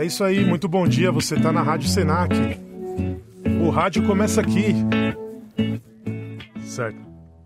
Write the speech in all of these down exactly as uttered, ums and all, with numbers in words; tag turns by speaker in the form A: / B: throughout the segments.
A: isso aí, muito bom dia, você tá na Rádio Senac. O rádio começa aqui. Certo.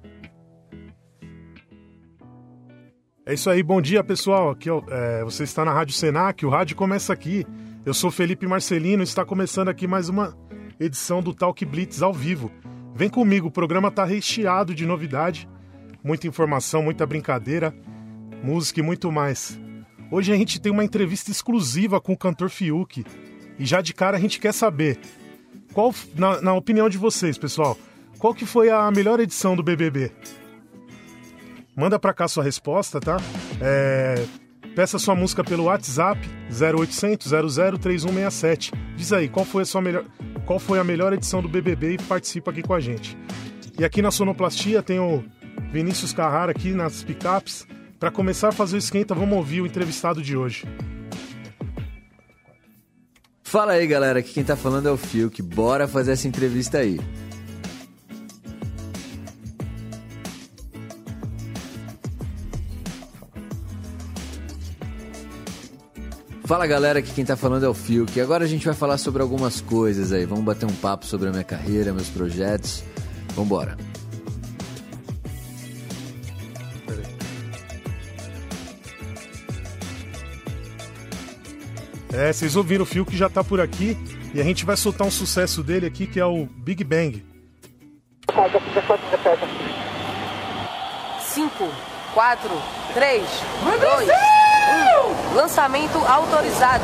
A: É isso aí, bom dia pessoal, aqui, é, você está na Rádio Senac, o rádio começa aqui. Eu sou Felipe Marcelino e está começando aqui mais uma edição do Talk Blitz ao vivo. Vem comigo, o programa está recheado de novidade, muita informação, muita brincadeira, música e muito mais. Hoje a gente tem uma entrevista exclusiva com o cantor Fiuk. E já de cara a gente quer saber, qual, na, na opinião de vocês, pessoal, qual que foi a melhor edição do B B B? Manda pra cá sua resposta, tá? É, peça sua música pelo WhatsApp zero oitocentos, zero zero três um seis sete. Diz aí, qual foi a sua melhor, qual foi a melhor edição do B B B e participa aqui com a gente. E aqui na Sonoplastia tem o Vinícius Carrara aqui nas picapes. Para começar a fazer o esquenta, vamos ouvir o entrevistado de hoje.
B: Fala aí, galera. Aqui quem tá falando é o Fiuk. Bora fazer essa entrevista aí. Fala, galera. Aqui quem tá falando é o Fiuk. Agora a gente vai falar sobre algumas coisas aí. Vamos bater um papo sobre a minha carreira, meus projetos. Vambora.
A: É, vocês ouviram o Fiuk que já tá por aqui e a gente vai soltar um sucesso dele aqui que é o Big Bang.
C: cinco, quatro, três, dois, um. Lançamento autorizado.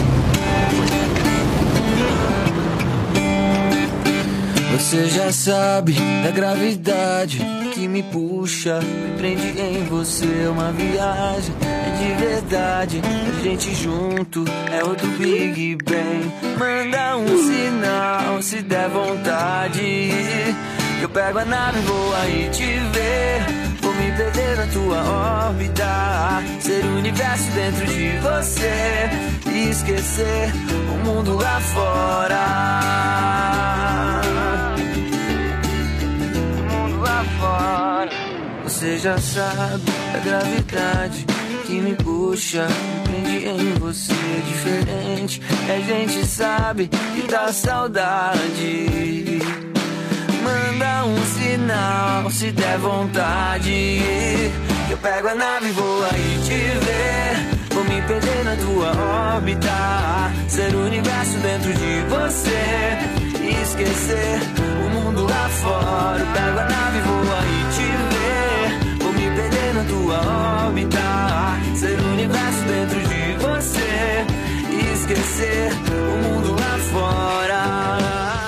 D: Você já sabe da gravidade que me puxa, me prende em você, uma viagem, é de verdade, a gente junto, é outro Big Bang. Manda um sinal, se der vontade, eu pego a nave, vou aí te ver, vou me perder na tua órbita, ser o universo dentro de você, e esquecer o mundo lá fora. Fora. Você já sabe da gravidade que me puxa, me prende em você, é diferente. E a gente sabe que dá saudade. Manda um sinal, se der vontade, eu pego a nave e vou aí te ver, vou me perder na tua órbita, ser o universo dentro de você, e esquecer o mundo lá fora. Eu pego a nave e vou aí te ver, vou me perder na tua órbita, ser o universo dentro de você, e esquecer o mundo lá fora.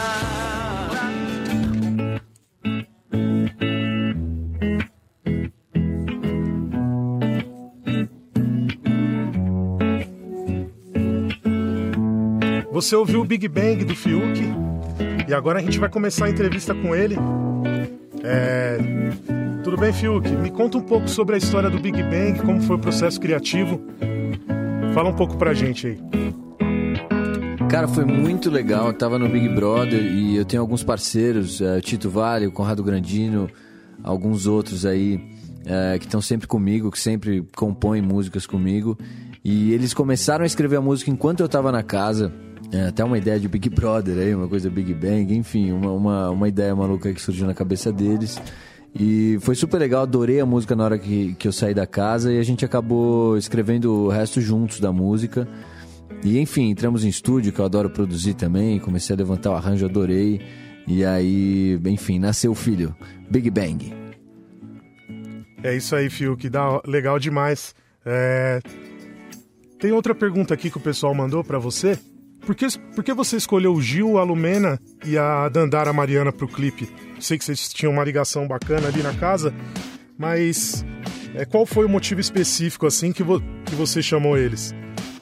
A: Você ouviu o Big Bang do Fiuk e agora a gente vai começar a entrevista com ele. É... Tudo bem, Fiuk? Me conta um pouco sobre a história do Big Bang, como foi o processo criativo. Fala um pouco pra gente aí.
B: Cara, foi muito legal. Eu tava no Big Brother e eu tenho alguns parceiros, é, Tito Vale, o Conrado Grandino, alguns outros aí é, que estão sempre comigo, que sempre compõem músicas comigo. E eles começaram a escrever a música enquanto eu tava na casa. É, até uma ideia de Big Brother aí, uma coisa Big Bang, enfim, uma, uma, uma ideia maluca que surgiu na cabeça deles. E foi super legal, adorei a música na hora que, que eu saí da casa e a gente acabou escrevendo o resto juntos da música. E enfim, entramos em estúdio, que eu adoro produzir também, comecei a levantar o arranjo, adorei. E aí, enfim, nasceu o filho, Big Bang.
A: É isso aí, Fiuk, dá legal demais. É... Tem outra pergunta aqui que o pessoal mandou pra você. Por que, por que você escolheu o Gil, a Lumena e a Dandara Mariana pro clipe? Sei que vocês tinham uma ligação bacana ali na casa, mas é, qual foi o motivo específico assim que, vo, que você chamou eles?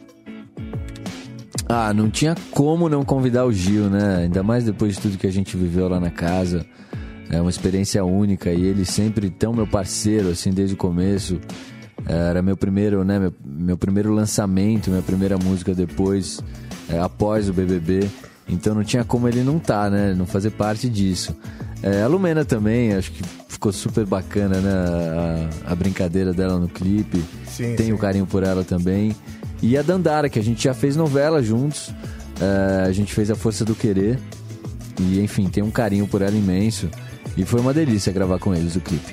B: Ah, não tinha como não convidar o Gil, né? Ainda mais depois de tudo que a gente viveu lá na casa. É uma experiência única e ele sempre tão meu parceiro, assim, desde o começo. Era meu primeiro, né, meu, meu primeiro lançamento, minha primeira música depois, é, após o B B B. Então não tinha como ele não estar, né, não fazer parte disso. É, a Lumena também, acho que ficou super bacana, né, a, a brincadeira dela no clipe. Sim, Tenho sim. carinho por ela também. E a Dandara, que a gente já fez novela juntos, é, a gente fez A Força do Querer, e enfim, tem um carinho por ela imenso, e foi uma delícia gravar com eles o clipe.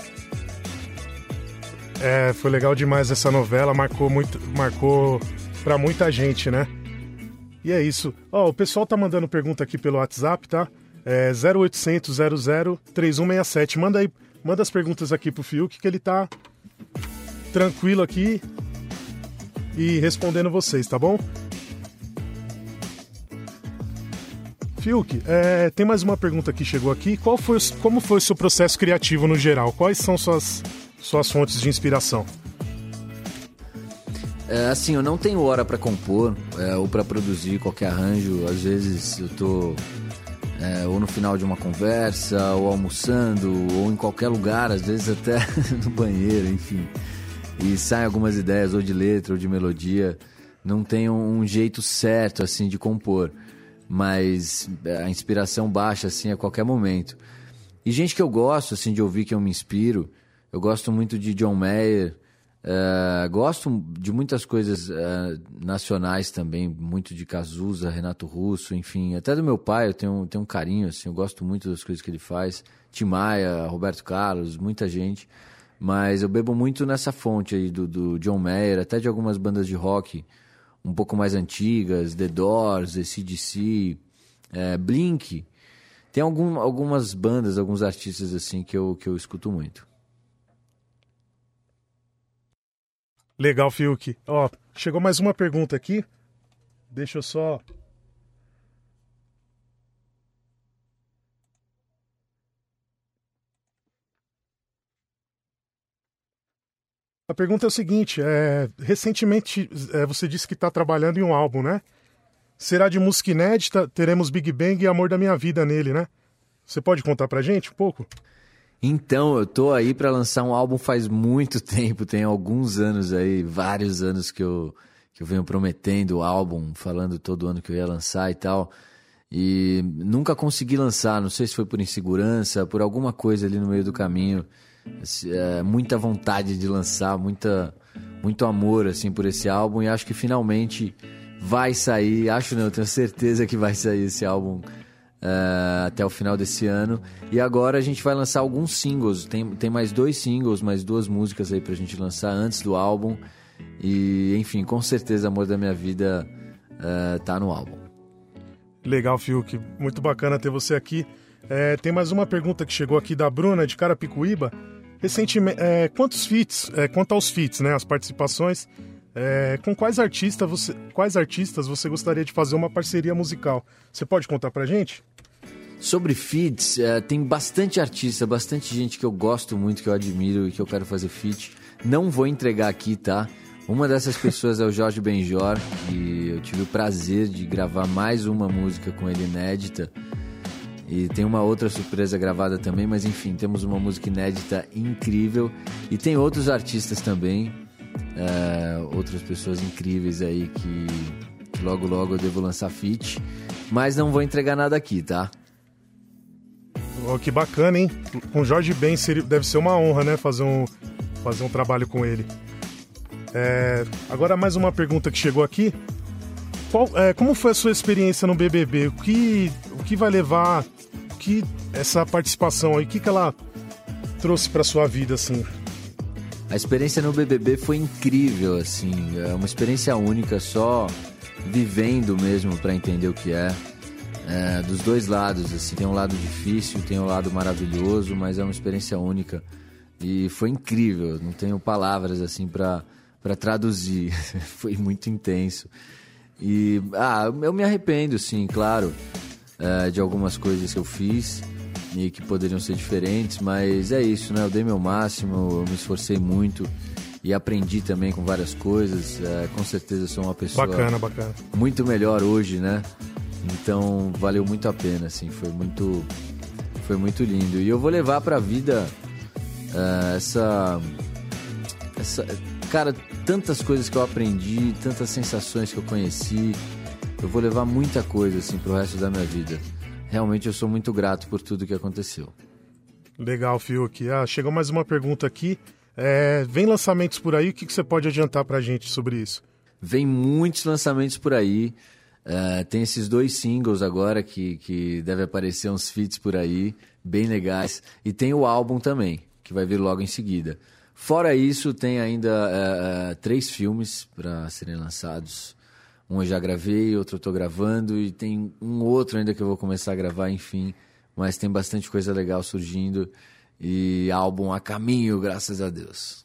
A: É, foi legal demais essa novela, marcou muito, marcou pra muita gente, né? E é isso. Ó, o pessoal tá mandando pergunta aqui pelo WhatsApp, tá? É zero oitocentos, zero zero, três um seis sete. Manda aí, manda as perguntas aqui pro Fiuk, que ele tá tranquilo aqui e respondendo vocês, tá bom? Fiuk, é, tem mais uma pergunta que chegou aqui. Qual foi, como foi o seu processo criativo no geral? Quais são suas, suas fontes de inspiração?
B: É, assim, eu não tenho hora pra compor é, ou pra produzir qualquer arranjo. Às vezes eu tô é, ou no final de uma conversa, ou almoçando, ou em qualquer lugar, às vezes até no banheiro, enfim. E saem algumas ideias, ou de letra, ou de melodia. Não tenho um jeito certo, assim, de compor. Mas a inspiração baixa, assim, a qualquer momento. E gente que eu gosto, assim, de ouvir, que eu me inspiro. Eu gosto muito de John Mayer. Uh, gosto de muitas coisas uh, nacionais também, muito de Cazuza, Renato Russo, enfim, até do meu pai eu tenho, tenho um carinho, assim, eu gosto muito das coisas que ele faz, Tim Maia, Roberto Carlos, muita gente, mas eu bebo muito nessa fonte aí do, do John Mayer, até de algumas bandas de rock um pouco mais antigas, The Doors, A C D C, é, Blink, tem algum, algumas bandas, alguns artistas assim que eu, que eu escuto muito.
A: Legal, Fiuk. Ó, chegou mais uma pergunta aqui. Deixa eu só... A pergunta é o seguinte, é, recentemente é, você disse que está trabalhando em um álbum, né? Será de música inédita, teremos Big Bang e Amor da Minha Vida nele, né? Você pode contar pra gente um pouco?
B: Então, eu tô aí pra lançar um álbum faz muito tempo, tem alguns anos aí, vários anos que eu, que eu venho prometendo o álbum, falando todo ano que eu ia lançar e tal, e nunca consegui lançar, não sei se foi por insegurança, por alguma coisa ali no meio do caminho, é, muita vontade de lançar, muita, muito amor assim por esse álbum, e acho que finalmente vai sair, acho não, eu tenho certeza que vai sair esse álbum Uh, até o final desse ano. E agora a gente vai lançar alguns singles. Tem, tem mais dois singles, mais duas músicas aí pra gente lançar antes do álbum. E, enfim, com certeza Amor da Minha Vida uh, tá no álbum.
A: Legal, Fiuk. Muito bacana ter você aqui. É, tem mais uma pergunta que chegou aqui da Bruna, de Carapicuíba. Recentemente, é, quantos feats, é, quanto aos feats, né, as participações, é, com quais artistas, você, quais artistas você gostaria de fazer uma parceria musical? Você pode contar pra gente?
B: Sobre feats, é, tem bastante artista, bastante gente que eu gosto muito, que eu admiro e que eu quero fazer feat. Não vou entregar aqui, tá? Uma dessas pessoas é o Jorge Benjor, e eu tive o prazer de gravar mais uma música com ele inédita. E tem uma outra surpresa gravada também, mas enfim, temos uma música inédita incrível. E tem outros artistas também, é, outras pessoas incríveis aí que, que logo logo eu devo lançar feat. Mas não vou entregar nada aqui, tá?
A: Oh, que bacana, hein? Com o Jorge Ben seria, deve ser uma honra, né? Fazer um, fazer um trabalho com ele. É, agora mais uma pergunta que chegou aqui. Qual, é, como foi a sua experiência no B B B? O que, o que vai levar... O que essa participação aí, o que, que ela trouxe pra sua vida, assim?
B: A experiência no B B B foi incrível, assim. É uma experiência única, só vivendo mesmo pra entender o que é. É, dos dois lados, assim, tem um lado difícil, tem um lado maravilhoso, mas é uma experiência única e foi incrível, não tenho palavras assim para para traduzir. Foi muito intenso e ah, eu me arrependo, sim, claro, é, de algumas coisas que eu fiz e que poderiam ser diferentes, mas é isso, né? Eu dei meu máximo, eu me esforcei muito e aprendi também com várias coisas. É, com certeza sou uma pessoa
A: bacana, bacana.
B: muito melhor hoje, né? Então valeu muito a pena, assim, foi muito, foi muito lindo. E eu vou levar pra vida uh, essa, essa... Cara, tantas coisas que eu aprendi, tantas sensações que eu conheci. Eu vou levar muita coisa, assim, pro resto da minha vida. Realmente eu sou muito grato por tudo que aconteceu.
A: Legal, Fiuk. Ah, chegou mais uma pergunta aqui. É, vem lançamentos por aí, o que, que você pode adiantar pra gente sobre isso?
B: vem muitos lançamentos por aí. Uh, tem esses dois singles agora que, que deve aparecer uns feats por aí, bem legais. E tem o álbum também, que vai vir logo em seguida. Fora isso, tem ainda uh, uh, três filmes para serem lançados. Um eu já gravei, outro eu estou gravando, e tem um outro ainda que eu vou começar a gravar, enfim. Mas tem bastante coisa legal surgindo. E álbum a caminho, graças a Deus.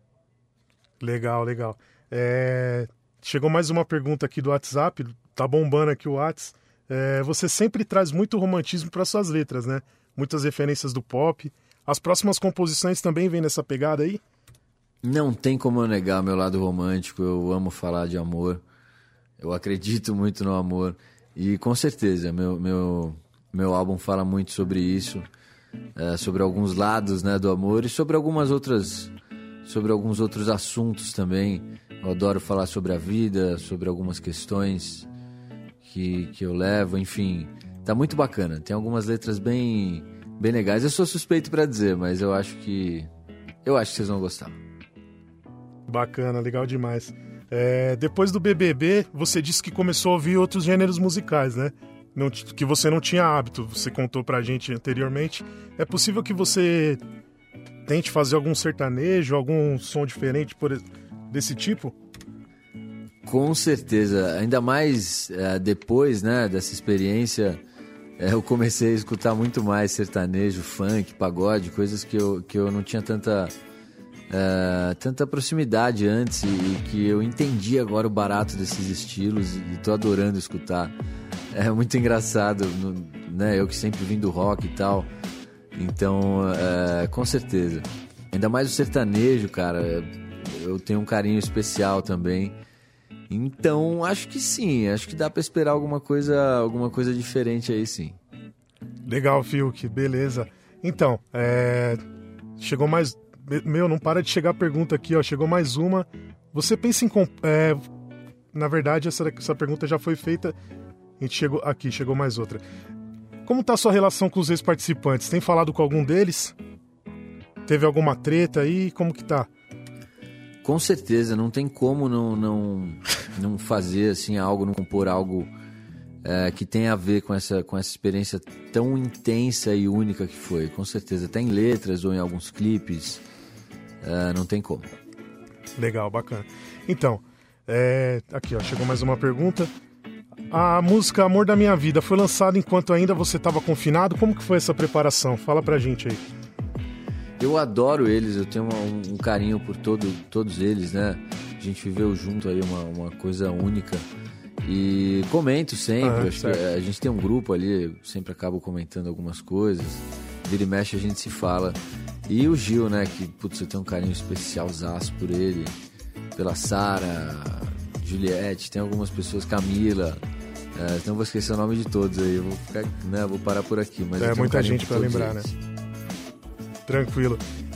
A: Legal, legal. É... Chegou mais uma pergunta aqui do WhatsApp, tá bombando aqui o WhatsApp. É... Você sempre traz muito romantismo para suas letras, né? Muitas referências do pop. As próximas composições também vêm nessa pegada aí?
B: Não tem como eu negar meu lado romântico, eu amo falar de amor. Eu acredito muito no amor. E com certeza, meu, meu, meu álbum fala muito sobre isso. É, sobre alguns lados, né, do amor e sobre algumas outras... sobre alguns outros assuntos também. Eu adoro falar sobre a vida, sobre algumas questões que, que eu levo, enfim. Tá muito bacana, tem algumas letras bem, bem legais. Eu sou suspeito pra dizer, mas eu acho que eu acho que vocês vão gostar.
A: Bacana, legal demais. É, depois do B B B, você disse que começou a ouvir outros gêneros musicais, né? Não, que você não tinha hábito, você contou pra gente anteriormente. É possível que você tente fazer algum sertanejo, algum som diferente por, desse tipo?
B: Com certeza, ainda mais é, depois, né, dessa experiência, é, eu comecei a escutar muito mais sertanejo, funk, pagode, coisas que eu, que eu não tinha tanta, é, tanta proximidade antes, e, e que eu entendi agora o barato desses estilos e tô adorando escutar. É muito engraçado, né, eu que sempre vim do rock e tal. Então, é, com certeza. Ainda mais o sertanejo, cara, eu tenho um carinho especial também. Então, acho que sim, acho que dá pra esperar alguma coisa, alguma coisa diferente aí, sim.
A: Legal, Fiuk, beleza. Então, é... chegou mais... Meu, não para de chegar a pergunta aqui, ó, chegou mais uma. Você pensa em... Comp... É... Na verdade, essa, essa pergunta já foi feita. A gente chegou aqui, chegou mais outra. Como tá a sua relação com os ex-participantes? Tem falado com algum deles? Teve alguma treta aí? Como que tá?
B: Com certeza, não tem como não, não, não fazer assim algo, não compor algo é, que tenha a ver com essa, com essa experiência tão intensa e única que foi. Com certeza, até em letras ou em alguns clipes, é, não tem como.
A: Legal, bacana. Então, é, aqui ó, chegou mais uma pergunta. A música Amor da Minha Vida foi lançada enquanto ainda você estava confinado? Como que foi essa preparação? Fala pra gente aí.
B: Eu adoro eles, eu tenho um, um carinho por todo, todos eles, né? A gente viveu junto aí uma, uma coisa única. E comento sempre, ah, acho que a gente tem um grupo ali, eu sempre acabo comentando algumas coisas. Vira e mexe a gente se fala. E o Gil, né? Que, putz, eu tenho um carinho especialzaço por ele. Pela Sara, Juliette, tem algumas pessoas, Camila. É, não vou esquecer o nome de todos aí, eu vou, ficar, né, vou parar por aqui. Mas
A: é muita
B: um
A: gente pra lembrar,
B: eles.
A: né? Tranquilo.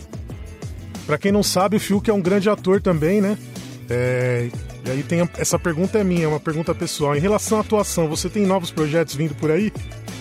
A: Pra quem não sabe, o Fiuk é um grande ator também, né? É, e aí tem essa pergunta é minha, é uma pergunta pessoal. Em relação à atuação, você tem novos projetos vindo por aí?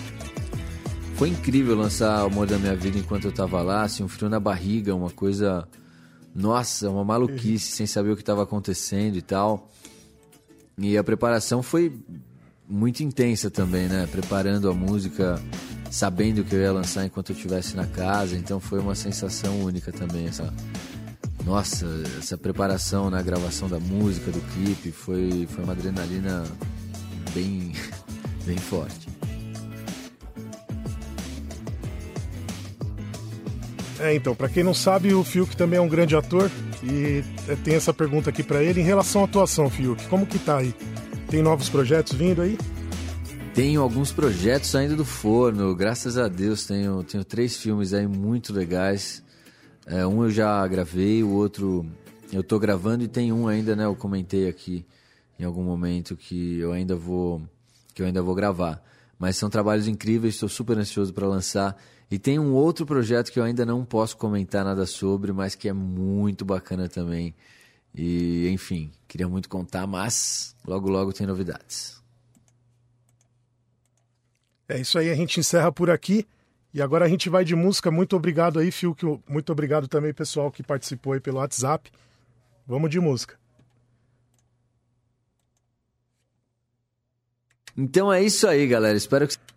B: Foi incrível lançar O Amor da Minha Vida enquanto eu tava lá, assim, um frio na barriga, uma coisa... Nossa, uma maluquice, sem saber o que estava acontecendo e tal. E a preparação foi muito intensa também, né? Preparando a música, sabendo que eu ia lançar enquanto eu estivesse na casa. Então foi uma sensação única também. Essa... Nossa, essa preparação na gravação da música, do clipe, foi, foi uma adrenalina bem, bem forte.
A: É, então, pra quem não sabe, o Fiuk também é um grande ator. E tem essa pergunta aqui pra ele. Em relação à atuação, Fiuk, como que tá aí? Tem novos projetos vindo aí?
B: Tenho alguns projetos saindo do forno, graças a Deus. Tenho, tenho três filmes aí muito legais. É, um eu já gravei, o outro eu tô gravando, e tem um ainda, né? Eu comentei aqui em algum momento que eu ainda vou, que eu ainda vou gravar. Mas são trabalhos incríveis, estou super ansioso para lançar. E tem um outro projeto que eu ainda não posso comentar nada sobre, mas que é muito bacana também. E, enfim, queria muito contar, mas logo, logo tem novidades.
A: É isso aí, a gente encerra por aqui. E agora a gente vai de música. Muito obrigado aí, Fiuk. Muito obrigado também, pessoal, que participou aí pelo WhatsApp. Vamos de música.
B: Então é isso aí, galera. Espero que